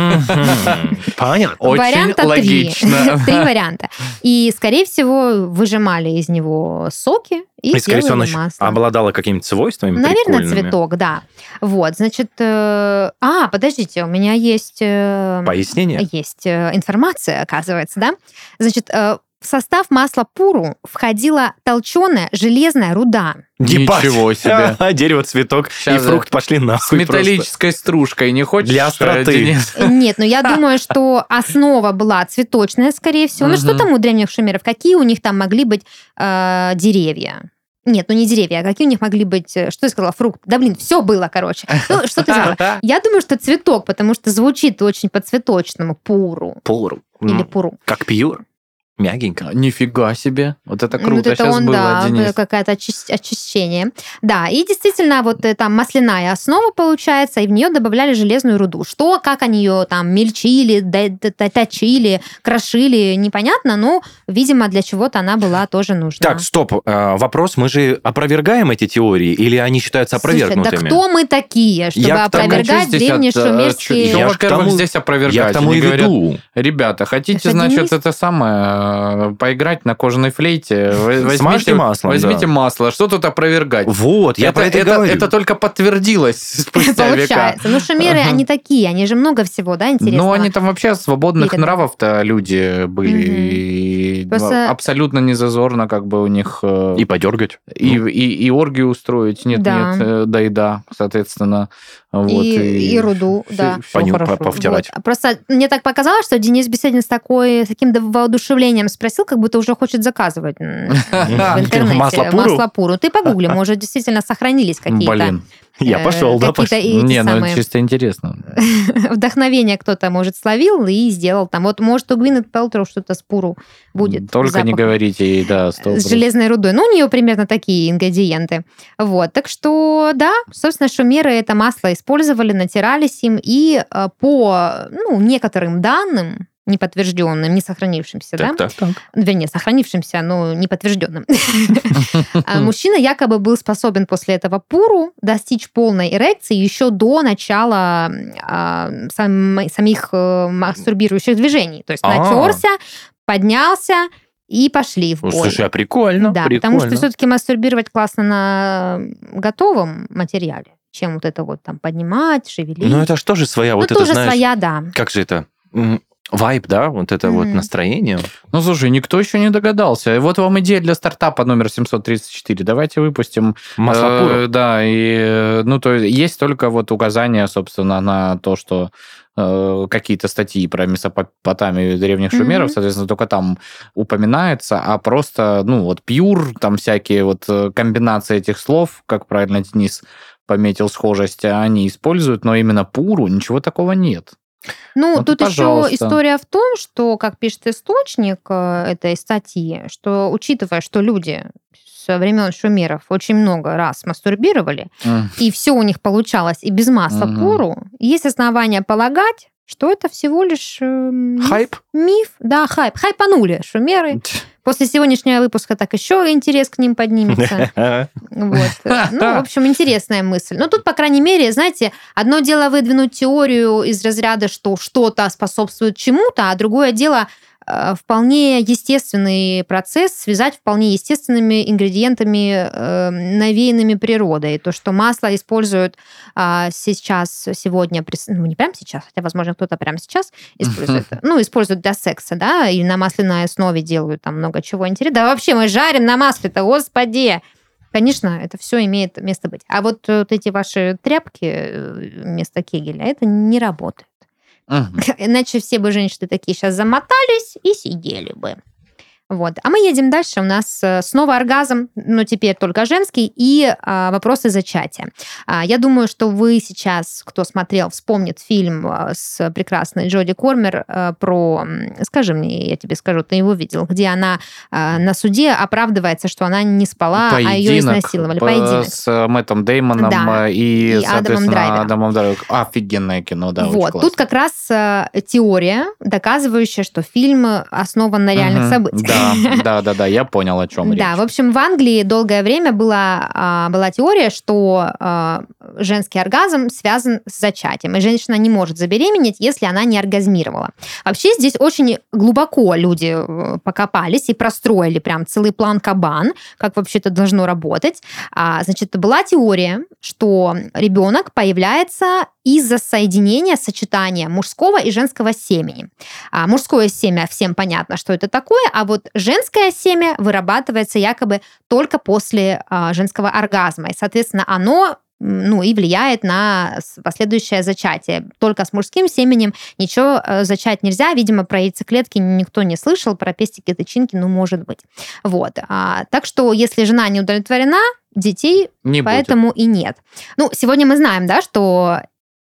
S3: Мгм. Понятно.
S2: Очень
S1: Варианта
S2: логично.
S1: три. Три варианта. И, скорее всего, выжимали из него соки и,
S3: И, скорее всего, она
S1: делали
S3: еще
S1: масло.
S3: обладала какими-то свойствами
S1: Наверное,
S3: прикольными.
S1: цветок, да. Вот, значит... э, А, подождите, у меня есть... э,
S3: Пояснение?
S1: Есть э, информация, оказывается, да? Значит, э, в состав масла пуру входила толченая железная руда.
S2: Ничего себе.
S3: А, дерево, цветок
S2: Щас
S3: и фрукт пошли
S2: С
S3: нахуй просто.
S2: металлической стружкой не хочешь?
S3: Для
S2: э,
S3: остроты.
S2: Денис?
S1: Нет, ну я думаю, что основа была цветочная, скорее всего. Ну что
S2: Мгм.
S1: там у древних шумеров? Какие у них там могли быть э, деревья? Нет, ну не деревья, а какие у них могли быть... э, Что я сказала? Фрукт. Да блин, все было, короче. Ну, что ты сказала? Я думаю, что цветок, потому что звучит очень по-цветочному. Пуру.
S3: Пуру.
S1: Или
S3: Ну,
S1: пуру.
S3: Как пьюр. Мягенько.
S2: Нифига себе. Вот это
S1: Вот
S2: круто
S1: это
S2: сейчас
S1: он,
S2: было,
S1: да,
S2: Денис.
S1: какое-то очи- очищение. Да, и действительно, вот э, там масляная основа получается, и в нее добавляли железную руду. Что, как они ее там мельчили, д- д- д- точили, крошили, непонятно, но, видимо, для чего-то она была тоже нужна.
S3: Так, стоп. э, Вопрос, мы же опровергаем эти теории или они считаются
S1: Слушай,
S3: опровергнутыми?
S1: да кто мы такие, чтобы
S3: Я к тому,
S1: опровергать
S2: Чё здесь
S1: древние
S2: от- э,
S1: шумерские...
S2: чё,
S3: Я ж к
S2: во-первых,
S3: тому-
S2: здесь опровергать?
S3: Я к тому
S2: Они
S3: и
S2: говорят,
S3: веду.
S2: ребята, хотите,
S1: Это
S2: значит,
S1: Денис?
S2: это самое, э, поиграть на кожаной флейте? Вы-
S3: Смажьте
S2: Возьмите,
S3: маслом,
S2: возьмите
S3: да.
S2: масло. Что тут опровергать?
S3: Вот, я
S2: это,
S3: про это, и
S2: это,
S3: говорю.
S2: это только подтвердилось спустя века.
S1: Получается. Ну, шумеры,
S2: Ага.
S1: они такие, они же много всего, да, интересного.
S2: Ну, они там вообще свободных
S1: передали.
S2: нравов-то люди были.
S1: Мгм.
S2: И
S1: Просто-
S2: абсолютно не зазорно как бы у них э,
S3: И подергать.
S2: и, и, и оргию устроить. Нет,
S1: Да.
S2: нет, э, да и да, соответственно. Вот,
S1: И- и руду,
S2: всё-
S1: да.
S2: всё
S3: Поню-
S2: хорошо.
S3: по- повтирать.
S1: Вот. Просто мне так показалось, что Денис Беседин с, такой, с таким воодушевлением спросил, как будто уже хочет заказывать м, в интернете
S3: Масло пуру?
S1: масло пуру. Ты погугли, может, действительно сохранились какие-то
S2: Блин.
S3: Я пошел, да,
S1: какие-то
S3: пошел.
S2: Не, ну
S1: самые...
S2: это чисто интересно.
S1: вдохновение кто-то, может, словил и сделал там. Вот, может, у Гвинет Пэлтроу что-то с пуру будет.
S2: Только не говорите ей, да, сто
S1: С железной рудой. Ну, у нее примерно такие ингредиенты. Вот. Так что, да, собственно, шумеры это масло использовали, натирались им, и по ну, некоторым данным, неподтвержденным, не сохранившимся,
S3: так,
S1: да?
S3: Так, так.
S1: Вернее, сохранившимся, но неподтвержденным. Мужчина якобы был способен после этого пуру достичь полной эрекции еще до начала самих мастурбирующих движений. То есть натерся, поднялся, и пошли в бой.
S3: Слушай, а прикольно.
S1: Да,
S3: прикольно.
S1: потому что все-таки мастурбировать классно на готовом материале, чем вот это вот там поднимать, шевелить.
S3: Ну, это же тоже своя,
S1: ну,
S3: вот
S1: тоже
S3: это, знаешь...
S1: своя, да.
S3: Как же это... Вайб, да, вот это mm-hmm. вот настроение.
S2: Ну, слушай, никто еще не догадался. Вот вам идея для стартапа номер семьсот тридцать четыре. Давайте выпустим...
S3: Масло пуру.
S2: Э, да, и, ну, то есть, есть только вот указания, собственно, на то, что э, какие-то статьи про Месопотамию древних шумеров, mm-hmm. соответственно, только там упоминается, а просто, ну, вот пьюр, там всякие вот комбинации этих слов, как правильно Денис пометил схожесть, они используют, но именно пуру ничего такого нет.
S1: Ну,
S2: вот
S1: тут
S2: пожалуйста.
S1: еще история в том, что, как пишет источник этой статьи, что, учитывая, что люди со времен шумеров очень много раз мастурбировали, mm. и все у них получалось и без масла mm-hmm. пуру, есть основания полагать, что это всего лишь э,
S3: хайп.
S1: Миф, да, хайп. Хайпанули шумеры. После сегодняшнего выпуска так еще интерес к ним поднимется. Вот. Ну, в общем, интересная мысль. Но тут, по крайней мере, знаете, одно дело выдвинуть теорию из разряда, что что-то способствует чему-то, а другое дело вполне естественный процесс связать вполне естественными ингредиентами, э, навеянными природой. То, что масло используют э, сейчас, сегодня, ну, не прямо сейчас, хотя, возможно, кто-то прямо сейчас использует, ну, используют для секса, да, и на масляной основе делают там много чего интересного. Да вообще мы жарим на масле-то, господи! Конечно, это все имеет место быть. А вот, вот эти ваши тряпки вместо кегеля, это не работает. Uh-huh. Иначе все бы женщины такие сейчас замотались и сидели бы. Вот. А мы едем дальше. У нас снова оргазм, но теперь только женский, и а, вопросы зачатия. А, я думаю, что вы сейчас, кто смотрел, вспомнит фильм с прекрасной Джоди Кормер а, про... Скажи мне, я тебе скажу, ты его видел, где она а, на суде оправдывается, что она не спала, Поединок, а ее изнасиловали.
S2: По-
S1: Поединок.
S2: С Мэттом Деймоном
S1: да.
S2: и,
S1: и Адамом Драйвером.
S2: Адамом Драйвером. Офигенное кино, да,
S1: вот. Тут как раз а, теория, доказывающая, что фильм основан на реальных uh-huh. событиях.
S2: Да, да, да, да, я понял, о чем речь.
S1: Да, в общем, в Англии долгое время была, была теория, что женский оргазм связан с зачатием, и женщина не может забеременеть, если она не оргазмировала. Вообще здесь очень глубоко люди покопались и простроили прям целый план кабан, как вообще это должно работать. Значит, была теория, что ребенок появляется из-за соединения, сочетания мужского и женского семени. А мужское семя, всем понятно, что это такое, а вот женское семя вырабатывается якобы только после а, женского оргазма. И, соответственно, оно ну, и влияет на последующее зачатие. Только с мужским семенем ничего зачать нельзя. Видимо, про яйцеклетки никто не слышал, про пестики, тычинки, ну, может быть. Вот. А, так что, если жена не удовлетворена, детей
S2: не
S1: поэтому
S2: будет.
S1: И нет. Ну, сегодня мы знаем, да, что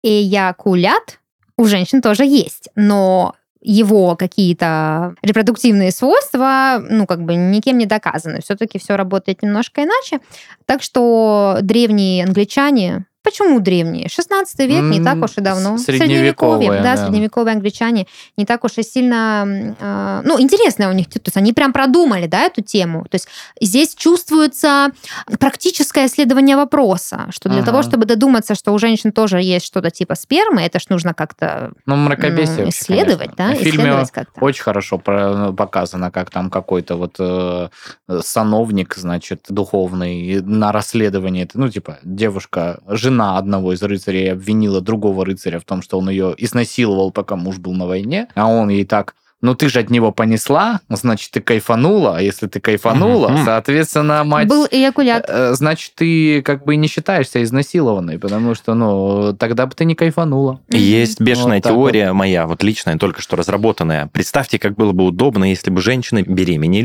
S1: эякулят у женщин тоже есть, но его какие-то репродуктивные свойства, ну, как бы никем не доказаны. Все-таки все работает немножко иначе. Так что древние англичане... Почему древние? шестнадцатый век, не так уж и давно.
S2: Средневековые.
S1: Да, да, средневековые англичане не так уж и сильно... Э, ну, интересно у них. То есть они прям продумали, да, эту тему. То есть здесь чувствуется практическое исследование вопроса, что для ага. того, чтобы додуматься, что у женщин тоже есть что-то типа спермы, это ж нужно как-то
S2: ну, мракобесие
S1: ну, исследовать. Да?
S2: В фильме
S1: исследовать как-то.
S2: Очень хорошо показано, как там какой-то вот э, сановник, значит, духовный на расследовании. Ну, типа, девушка, жена одного из рыцарей обвинила другого рыцаря в том, что он ее изнасиловал, пока муж был на войне, а он ей так: ну ты же от него понесла, значит, ты кайфанула, а если ты кайфанула, mm-hmm. соответственно, мать...
S1: Был эякулят.
S2: Значит, ты как бы не считаешься изнасилованной, потому что, ну, тогда бы ты не кайфанула.
S3: Есть бешеная вот теория
S2: вот.
S3: моя, вот личная, только что разработанная. Представьте, как было бы удобно, если бы женщины беременели,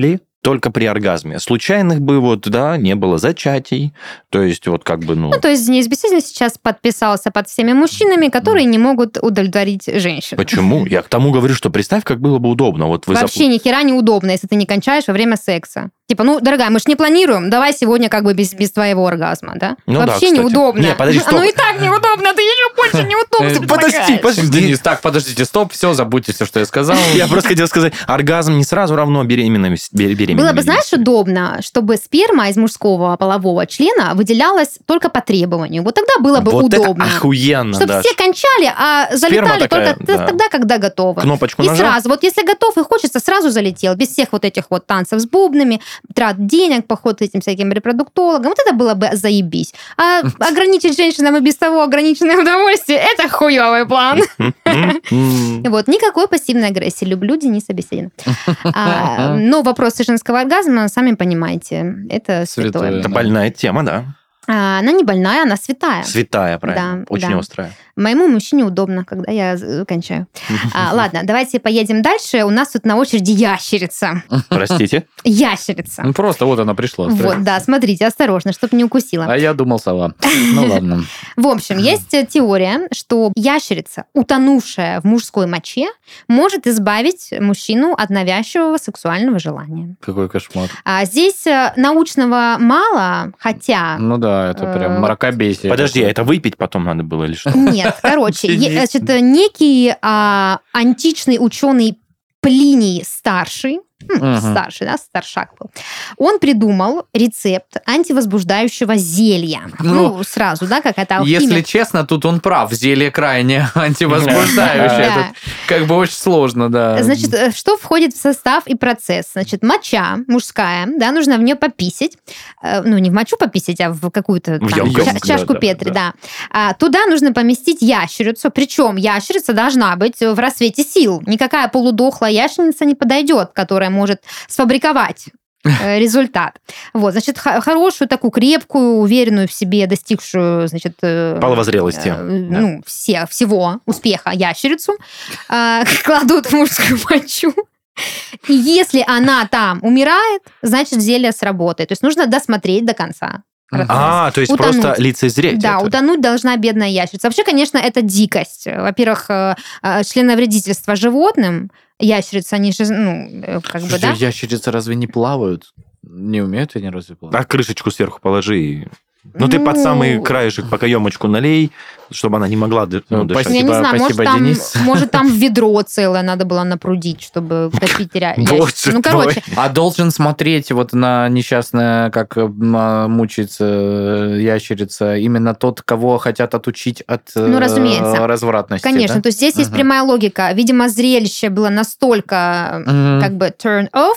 S3: только при оргазме. Случайных бы вот, да, не было зачатий. То есть вот как бы, ну...
S1: Ну, то есть Денис Беседин сейчас подписался под всеми мужчинами, которые не могут удовлетворить женщин.
S3: Почему? Я к тому говорю, что представь, как было бы удобно. Вот вы
S1: Вообще
S3: зап...
S1: ни хера не удобно, если ты не кончаешь во время секса. Типа, ну, дорогая, мы же не планируем, давай сегодня как бы без, без твоего оргазма, да?
S3: Ну,
S1: Вообще
S3: да,
S1: неудобно.
S3: Не, подожди, стоп.
S1: Оно и так неудобно, ты еще больше неудобно.
S3: Подожди, подожди.
S2: Денис, так, подождите, стоп, все, забудьте все, что я сказал.
S3: Я просто хотел сказать, оргазм не сразу равно беременность.
S1: Было бы, знаешь, удобно, чтобы сперма из мужского полового члена выделялась только по требованию. Вот тогда было бы
S3: вот
S1: удобно.
S3: Это охуенно,
S1: чтобы
S3: да.
S1: все кончали, а залетали
S3: такая,
S1: только
S3: да.
S1: тогда, когда готовы.
S3: Кнопочку
S1: и
S3: нажал.
S1: сразу, вот если готов и хочется, сразу залетел. Без всех вот этих вот танцев с бубнами, трат денег, поход этим всяким репродуктологам. Вот это было бы заебись. А ограничить женщинам и без того ограниченное удовольствие, это хуёвый план. Вот, никакой пассивной агрессии. Люблю Дениса Беседина. А, но вопросы женского оргазма, сами понимаете, это святое.
S3: Это больная тема, да.
S1: А, она не больная, она святая.
S3: Святая, правильно.
S1: Да,
S3: Очень
S1: да.
S3: острая.
S1: Моему мужчине удобно, когда я кончаю. А, ладно, давайте поедем дальше. У нас тут на очереди ящерица.
S3: Простите?
S1: Ящерица.
S2: Ну, просто вот она пришла.
S1: Вот, да, смотрите, осторожно, чтобы не укусила.
S2: А я думал, сова. Ну, ладно.
S1: В общем, есть теория, что ящерица, утонувшая в мужской моче, может избавить мужчину от навязчивого сексуального желания.
S2: Какой кошмар.
S1: А здесь научного мало, хотя...
S2: Ну да, это прям мракобесие.
S3: Подожди, а это выпить потом надо было или что?
S1: Нет, короче, е- значит, некий а, античный ученый Плиний Старший,
S2: Мгм.
S1: старший, да, старшак был, он придумал рецепт антивозбуждающего зелья.
S2: Ну,
S1: Ну, сразу, да, какая-то алхимия.
S2: Если честно, тут он прав. Зелье крайне антивозбуждающее.
S1: Да.
S2: Это как бы очень сложно, да.
S1: Значит, э, что входит в состав и процесс? Значит, моча мужская, да, нужно в нее пописать. Э, Ну, не в мочу пописать, а в какую-то
S3: В
S1: там,
S3: емкость,
S1: ча-
S3: да,
S1: чашку
S3: да,
S1: Петри,
S3: да.
S1: да. А, туда нужно поместить ящерицу, причем ящерица должна быть в рассвете сил. Никакая полудохлая ящерица не подойдет, которая может сфабриковать э, результат. Вот, значит, х- хорошую такую крепкую, уверенную в себе, достигшую, значит... э,
S3: Половозрелости.
S1: э, Ну, все, всего успеха ящерицу э, кладут в мужскую мочу. И если она там умирает, значит, зелье сработает. То есть нужно досмотреть до конца. процесс.
S3: А, то есть
S1: Утонуть.
S3: просто лицезреть
S1: Да,
S3: это.
S1: утонуть должна бедная ящерица. Вообще, конечно, это дикость. Во-первых, э, э, членовредительство животным. Ящерицы, они же, ну, э, как бы,
S2: Слушайте,
S1: да?
S2: ящерицы разве не плавают? Не умеют они разве плавать?
S3: А крышечку сверху положи. и- Ну, ты под
S1: Ну,
S3: самый краешек по каемочку налей, чтобы она не могла ды- ну,
S2: Ну,
S3: дышать.
S1: Я не
S2: Спасибо,
S1: знаю, может
S2: спасибо,
S1: там,
S2: Денис.
S1: может, там ведро целое надо было напрудить, чтобы топить ря-
S3: Боже
S1: ящерицу. Ну, короче,
S2: А должен смотреть вот на несчастное, как м, а, мучается э, ящерица, именно тот, кого хотят отучить от э,
S1: Ну, разумеется.
S2: развратности.
S1: конечно.
S2: да?
S1: То есть здесь есть
S2: Ага.
S1: прямая логика. Видимо, зрелище было настолько
S2: Мгм.
S1: как бы turn off,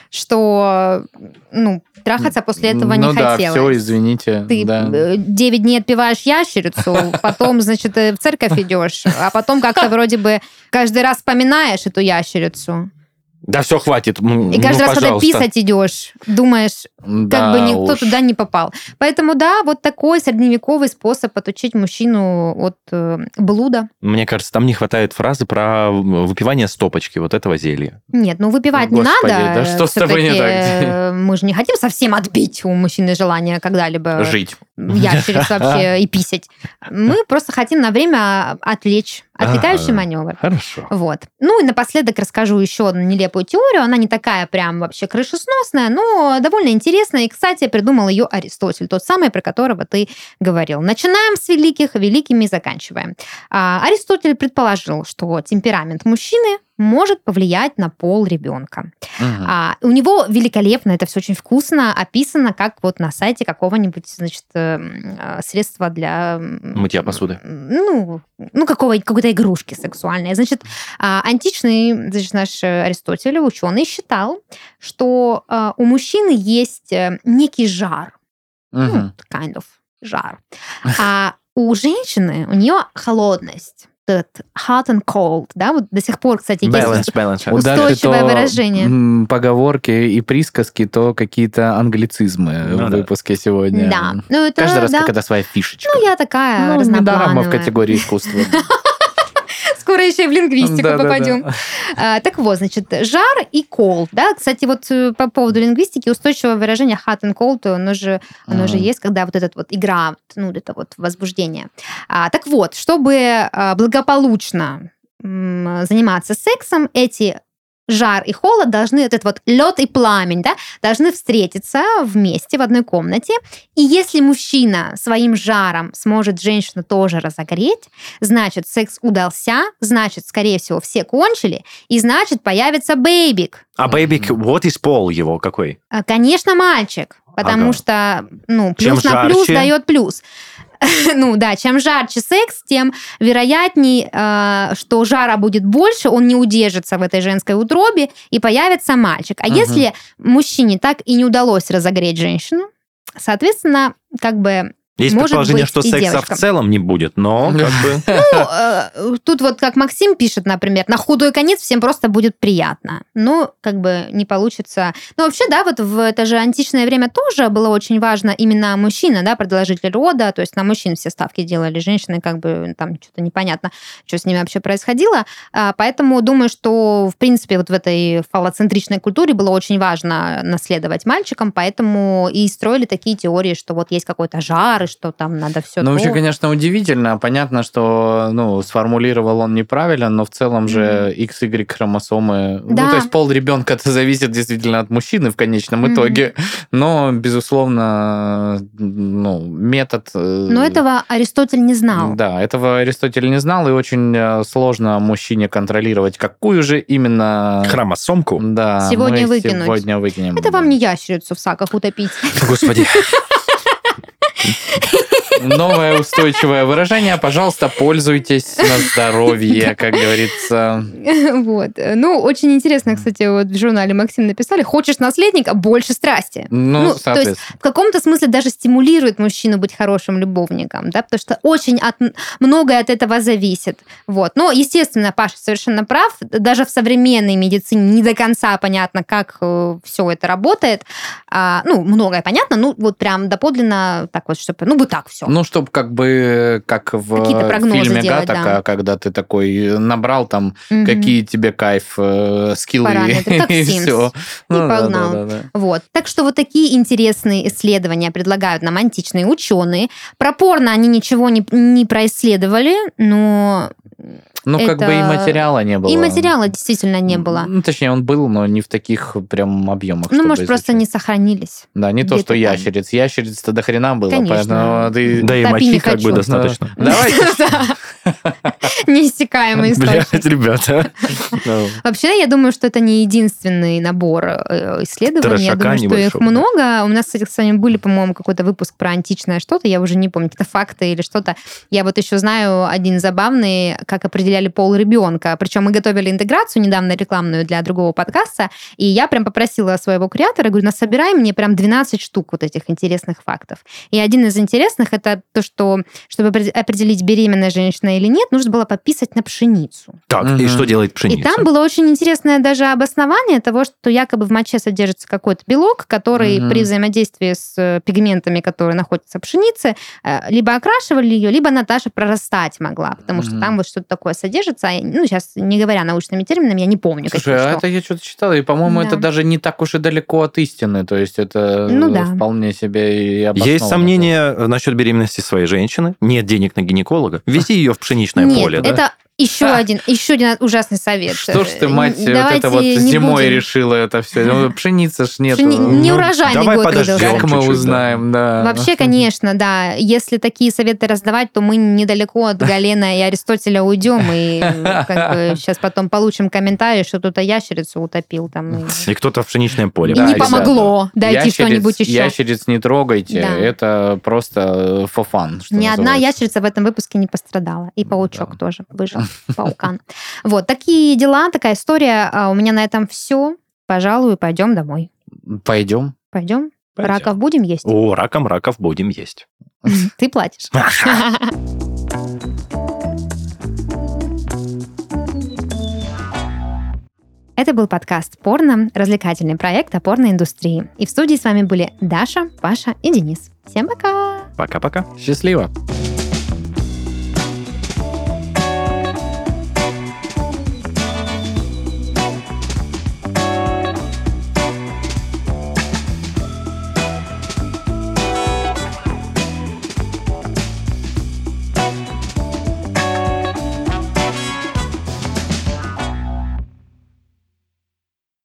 S1: что, ну, трахаться после этого не
S2: ну, да,
S1: хотелось.
S2: все, извините.
S1: Ты
S2: да.
S1: э, девять дней отпиваешь ящерицу, потом, значит, э, в церковь идешь, а потом как-то вроде бы каждый раз вспоминаешь эту ящерицу.
S3: Да все, хватит. м,
S1: И
S3: ну,
S1: каждый раз, когда
S3: пожалуйста.
S1: писать идешь, думаешь, как
S2: Да
S1: бы никто
S2: уж.
S1: туда не попал. Поэтому, да, вот такой средневековый способ отучить мужчину от э, блуда.
S3: Мне кажется, там не хватает фразы про выпивание стопочки вот этого зелья.
S1: Нет, ну выпивать не
S2: Господи,
S1: надо.
S2: да что с тобой не
S1: Всё-таки,
S2: так?
S1: э, Мы же не хотим совсем отбить у мужчины желание когда-либо
S3: Жить.
S1: ящериц вообще и писать. Мы просто хотим на время отвлечь. Отвлекающий
S3: Ага.
S1: маневр.
S3: Хорошо.
S1: Вот. Ну и напоследок расскажу еще одну нелепую теорию. Она не такая прям вообще крышесносная, но довольно интересная. И, кстати, придумал ее Аристотель, тот самый, про которого ты говорил. Начинаем с великих, великими заканчиваем. А, Аристотель предположил, что темперамент мужчины может повлиять на пол ребенка.
S2: Мгм.
S1: А, у него великолепно, это все очень вкусно описано, как вот на сайте какого-нибудь, значит, эм, э, средства для... м,
S3: Мытья посуды.
S1: Ну, ну какого, какой-то игрушки сексуальной. Значит, а, античный, значит, наш э, Аристотель, ученый, считал, что э, у мужчины есть э, некий жар. Ну,
S2: Мгм.
S1: kind of жар. А у женщины, у нее холодность. Этот hot and cold, да, вот до сих пор, кстати, есть
S3: Balance, balance.
S2: Вот даже
S1: устойчивое
S2: то,
S1: выражение.
S2: м, поговорки и присказки, то какие-то англицизмы
S3: Ну
S2: в
S3: да.
S2: выпуске сегодня.
S1: Да. Ну, это,
S2: Каждый раз
S1: да.
S2: какая-то своя фишечка.
S1: Ну, я такая
S2: Ну, недаром мы в
S1: разноплановая.
S2: категории искусства.
S1: Скоро еще и в лингвистику попадем. Так вот, значит, жар и cold, да, кстати, вот по поводу лингвистики устойчивое выражение hot and cold, оно же, оно же есть, когда вот эта вот игра, ну, это вот возбуждение. Так вот, чтобы благополучно заниматься сексом, эти жар и холод должны, вот этот вот лед и пламень, да, должны встретиться вместе в одной комнате. И если мужчина своим жаром сможет женщину тоже разогреть, значит, секс удался, значит, скорее всего, все кончили, и значит, появится бэйбик.
S3: А бэйбик, what is пол его какой?
S1: Конечно, мальчик, потому ага. что, ну, плюс
S3: Чем
S1: на
S3: жарче?
S1: Плюс дает плюс. Ну да, чем жарче секс, тем вероятней, э, что жара будет больше, он не удержится в этой женской утробе, и появится мальчик. А угу. если мужчине так и не удалось разогреть женщину, соответственно, как бы...
S3: Есть
S1: может
S3: предположение,
S1: быть,
S3: что секса
S1: девочкам.
S3: в целом не будет, но как бы...
S1: Ну, э, тут вот как Максим пишет, например, на худой конец всем просто будет приятно. Ну, как бы не получится... Ну, вообще, да, вот в это же античное время тоже было очень важно именно мужчина, да, продолжитель рода, то есть на мужчин все ставки делали, женщины как бы там что-то непонятно, что с ними вообще происходило. Поэтому думаю, что, в принципе, вот в этой фаллоцентричной культуре было очень важно наследовать мальчикам, поэтому и строили такие теории, что вот есть какой-то жар, что там надо все.
S2: Ну,
S1: то.
S2: вообще, конечно, удивительно. Понятно, что, ну, сформулировал он неправильно, но в целом же mm-hmm. икс игрек хромосомы...
S1: Да.
S2: Ну, то есть пол ребенка это зависит действительно от мужчины в конечном mm-hmm. итоге. Но, безусловно, ну, метод...
S1: Но этого Аристотель не знал.
S2: Да, этого Аристотель не знал, и очень сложно мужчине контролировать, какую же именно...
S3: Хромосомку?
S2: Да,
S1: сегодня
S2: мы
S1: выкинуть.
S2: сегодня выкинем.
S1: Это вам не ящерицу в саках утопить.
S3: Господи.
S2: Новое устойчивое выражение. Пожалуйста, пользуйтесь на здоровье, как говорится.
S1: Вот. Ну, очень интересно, кстати, вот в журнале Максим написали, хочешь наследника, больше страсти.
S2: Ну,
S1: ну то есть в каком-то смысле даже стимулирует мужчину быть хорошим любовником, да, потому что очень от, многое от этого зависит. Вот. Но, естественно, Паша совершенно прав. Даже в современной медицине не до конца понятно, как все это работает. А, ну, многое понятно, ну, вот прям доподлинно так вот, чтобы, ну, вот так все.
S2: Ну, чтобы как бы, как в фильме
S1: делать,
S2: Гаттака,
S1: да.
S2: когда ты такой набрал там, угу. какие тебе кайф, э, скиллы
S1: параметры, как
S2: и
S1: Sims.
S2: все.
S1: И
S2: ну,
S1: погнал.
S2: Да, да, да, да.
S1: Вот. Так что вот такие интересные исследования предлагают нам античные ученые. Про порно они ничего не, не происследовали, но...
S2: Ну, это... как бы и материала не было.
S1: И материала действительно не было.
S2: Ну, точнее, он был, но не в таких прям объемах.
S1: Ну, может, изучать. Просто не сохранились.
S2: Да, не то, что там. ящериц. Ящериц-то до хрена было.
S1: Конечно.
S2: Ты...
S3: Да и мочи как бы достаточно.
S2: Давайте.
S1: Неиссякаемый источник.
S3: Блядь, ребята.
S1: Вообще, я думаю, что это не единственный набор исследований. Я думаю, что их много. У нас, кстати, с вами были, по-моему, какой-то выпуск про античное что-то. Я уже не помню, какие-то факты или что-то. Я вот еще знаю один забавный, как определяли пол ребенка. Причем мы готовили интеграцию недавно рекламную для другого подкаста, и я прям попросила своего креатора, говорю, насобирай мне прям двенадцать штук вот этих интересных фактов. И один из интересных это то, что чтобы определить, беременная женщина или нет, нужно было пописать на пшеницу.
S3: Так, угу. И что делает пшеница?
S1: И там было очень интересное даже обоснование того, что якобы в моче содержится какой-то белок, который угу. при взаимодействии с пигментами, которые находятся в пшенице, либо окрашивали ее, либо она даже прорастать могла, потому угу. что там вот что-то такое содержится. Ну, сейчас, не говоря научными терминами, я не помню.
S2: Слушай, а
S1: что.
S2: это я что-то читала, и, по-моему, да. это даже не так уж и далеко от истины, то есть это
S1: ну, да.
S2: вполне себе и обосновано.
S3: Есть сомнения насчет беременности своей женщины? Нет денег на гинеколога? Вези ее в пшеничное
S1: Нет,
S3: поле, да?
S1: это еще а. один, еще один ужасный совет.
S2: Что ж ты, мать, Давайте вот это вот зимой будем. решила это все? Ну, пшеница ж нет.
S1: Пшени...
S2: Ну,
S1: неурожайный
S3: давай
S1: год.
S3: Подождем,
S2: как мы
S3: чуть-чуть,
S2: узнаем, да.
S1: да. Вообще, конечно, да. Если такие советы раздавать, то мы недалеко от Галена и Аристотеля уйдем, и как бы сейчас потом получим комментарий, что кто-то ящерицу утопил. Там,
S3: и... и кто-то в пшеничное поле.
S1: И да, не помогло да. дойти что-нибудь еще.
S2: Ящериц не трогайте, да. это просто for fun.
S1: Ни называется. Одна ящерица в этом выпуске не пострадала. И паучок да. тоже выжил, паукан. Вот, такие дела, такая история. У меня на этом все. Пожалуй, пойдем домой.
S2: Пойдем.
S1: Пойдем?
S3: Пойдем.
S1: Раков будем есть?
S3: О, раком раков будем есть.
S1: Ты платишь. Это был подкаст «Порно», развлекательный проект о порноиндустрии. И в студии с вами были Даша, Паша и Денис. Всем пока!
S3: Пока-пока.
S2: Счастливо!